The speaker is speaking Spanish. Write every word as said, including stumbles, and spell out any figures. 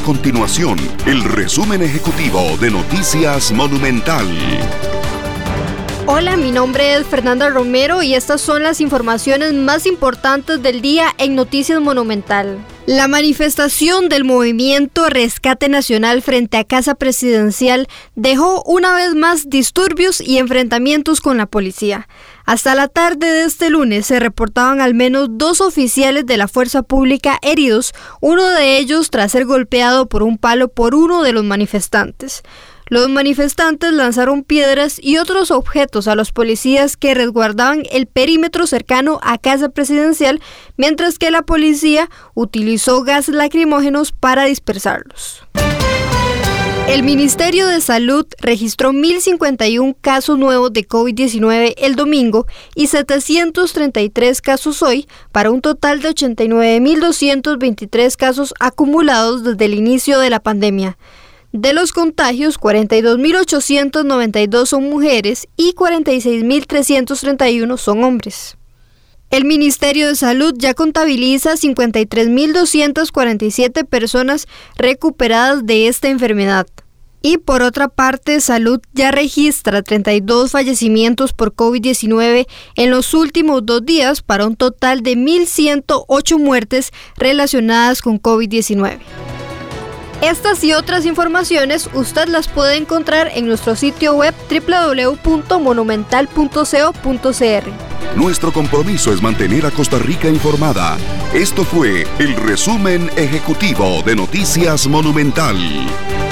continuación el resumen ejecutivo de Noticias Monumental. Hola, mi nombre es Fernanda Romero y estas son las informaciones más importantes del día en Noticias Monumental. La manifestación del movimiento Rescate Nacional frente a Casa Presidencial dejó una vez más disturbios y enfrentamientos con la policía. Hasta la tarde de este lunes se reportaban al menos dos oficiales de la fuerza pública heridos, uno de ellos tras ser golpeado por un palo por uno de los manifestantes. Los manifestantes lanzaron piedras y otros objetos a los policías que resguardaban el perímetro cercano a Casa Presidencial, mientras que la policía utilizó gases lacrimógenos para dispersarlos. El Ministerio de Salud registró mil cincuenta y uno casos nuevos de COVID diecinueve el domingo y setecientos treinta y tres casos hoy, para un total de ochenta y nueve mil doscientos veintitrés casos acumulados desde el inicio de la pandemia. De los contagios, cuarenta y dos mil ochocientos noventa y dos son mujeres y cuarenta y seis mil trescientos treinta y uno son hombres. El Ministerio de Salud ya contabiliza cincuenta y tres mil doscientas cuarenta y siete personas recuperadas de esta enfermedad. Y por otra parte, Salud ya registra treinta y dos fallecimientos por COVID diecinueve en los últimos dos días, para un total de mil ciento ocho muertes relacionadas con COVID diecinueve. Estas y otras informaciones usted las puede encontrar en nuestro sitio web doble u doble u doble u punto monumental punto co punto c r. Nuestro compromiso es mantener a Costa Rica informada. Esto fue el resumen ejecutivo de Noticias Monumental.